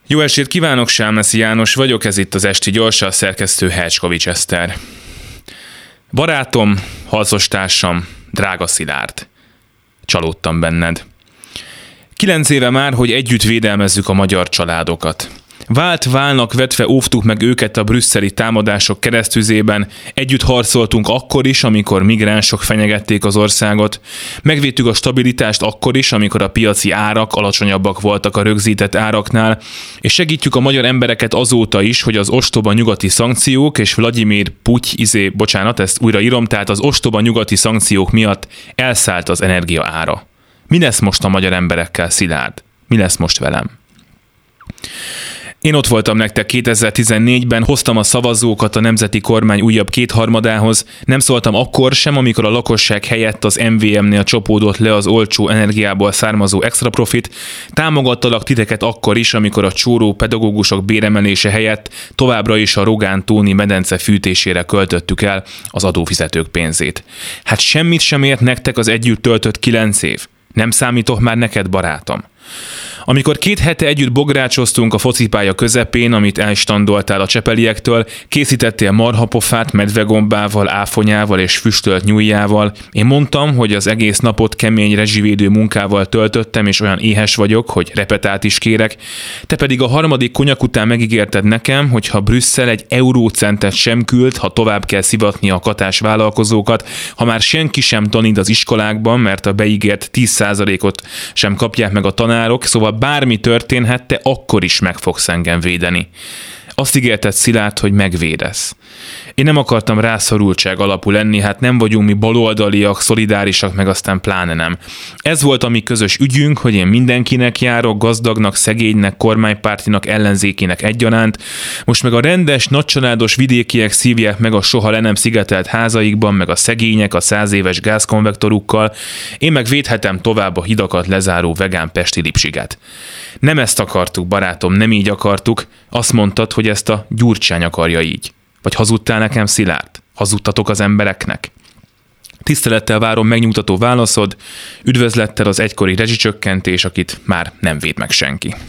Jó estét kívánok, Sámeszi János vagyok, ez itt az Esti Gyors, a szerkesztő Hercskovics Eszter. Barátom, harcostársam, drága Szilárd, csalódtam benned. 9 éve már, hogy együtt védelmezzük a magyar családokat. Válnak vetve óvtuk meg őket a brüsszeli támadások keresztüzében, együtt harcoltunk akkor is, amikor migránsok fenyegették az országot, megvédtük a stabilitást akkor is, amikor a piaci árak alacsonyabbak voltak a rögzített áraknál, és segítjük a magyar embereket azóta is, hogy az ostoba nyugati szankciók és Vladimir ezt újra írom, tehát az ostoba nyugati szankciók miatt elszállt az energia ára. Mi lesz most a magyar emberekkel, Szilárd? Mi lesz most velem? Én ott voltam nektek 2014-ben, hoztam a szavazókat a nemzeti kormány újabb 2/3-ához, nem szóltam akkor sem, amikor a lakosság helyett az MVM-nél csapódott le az olcsó energiából származó extra profit, támogattalak titeket akkor is, amikor a csóró pedagógusok béremelése helyett továbbra is a Rogán-Tóni medence fűtésére költöttük el az adófizetők pénzét. Hát semmit sem ért nektek az együtt töltött 9 év. Nem számítok már neked, barátom. Amikor 2 hete együtt bográcsoztunk a focipálya közepén, amit elstandoltál a csepeliektől, készítettél marhapofát medvegombával, áfonyával és füstölt nyújjával. Én mondtam, hogy az egész napot kemény rezsivédő munkával töltöttem, és olyan éhes vagyok, hogy repetát is kérek. Te pedig a 3. konyak után megígérted nekem, hogy ha Brüsszel egy eurócentet sem küld, ha tovább kell szivatni a katás vállalkozókat, ha már senki sem tanít az iskolákban, mert a beígért 10%-ot sem kapják meg a tanárok, szóval bármi történhet, te akkor is meg fogsz engem védeni. Azt ígérted, Szilárd, hogy megvédesz. Én nem akartam rászorultság alapú lenni, hát nem vagyunk mi baloldaliak, szolidárisak, meg aztán pláne nem. Ez volt a mi közös ügyünk, hogy én mindenkinek járok, gazdagnak, szegénynek, kormánypártinak, ellenzékének egyaránt. Most meg a rendes, nagycsaládos vidékiek szívják meg a soha le nem szigetelt házaikban, meg a szegények a 100 éves gázkonvektorukkal. Én meg védhetem tovább a hidakat lezáró vegán pesti lipsiget. Nem ezt akartuk, barátom, nem így akartuk. Azt mondtad, hogy ezt a Gyurcsány akarja így. Vagy hazudtál nekem, Szilárd? Hazudtatok az embereknek? Tisztelettel várom megnyugtató válaszod, üdvözlettel az egykori rezsicsökkentés, akit már nem véd meg senki.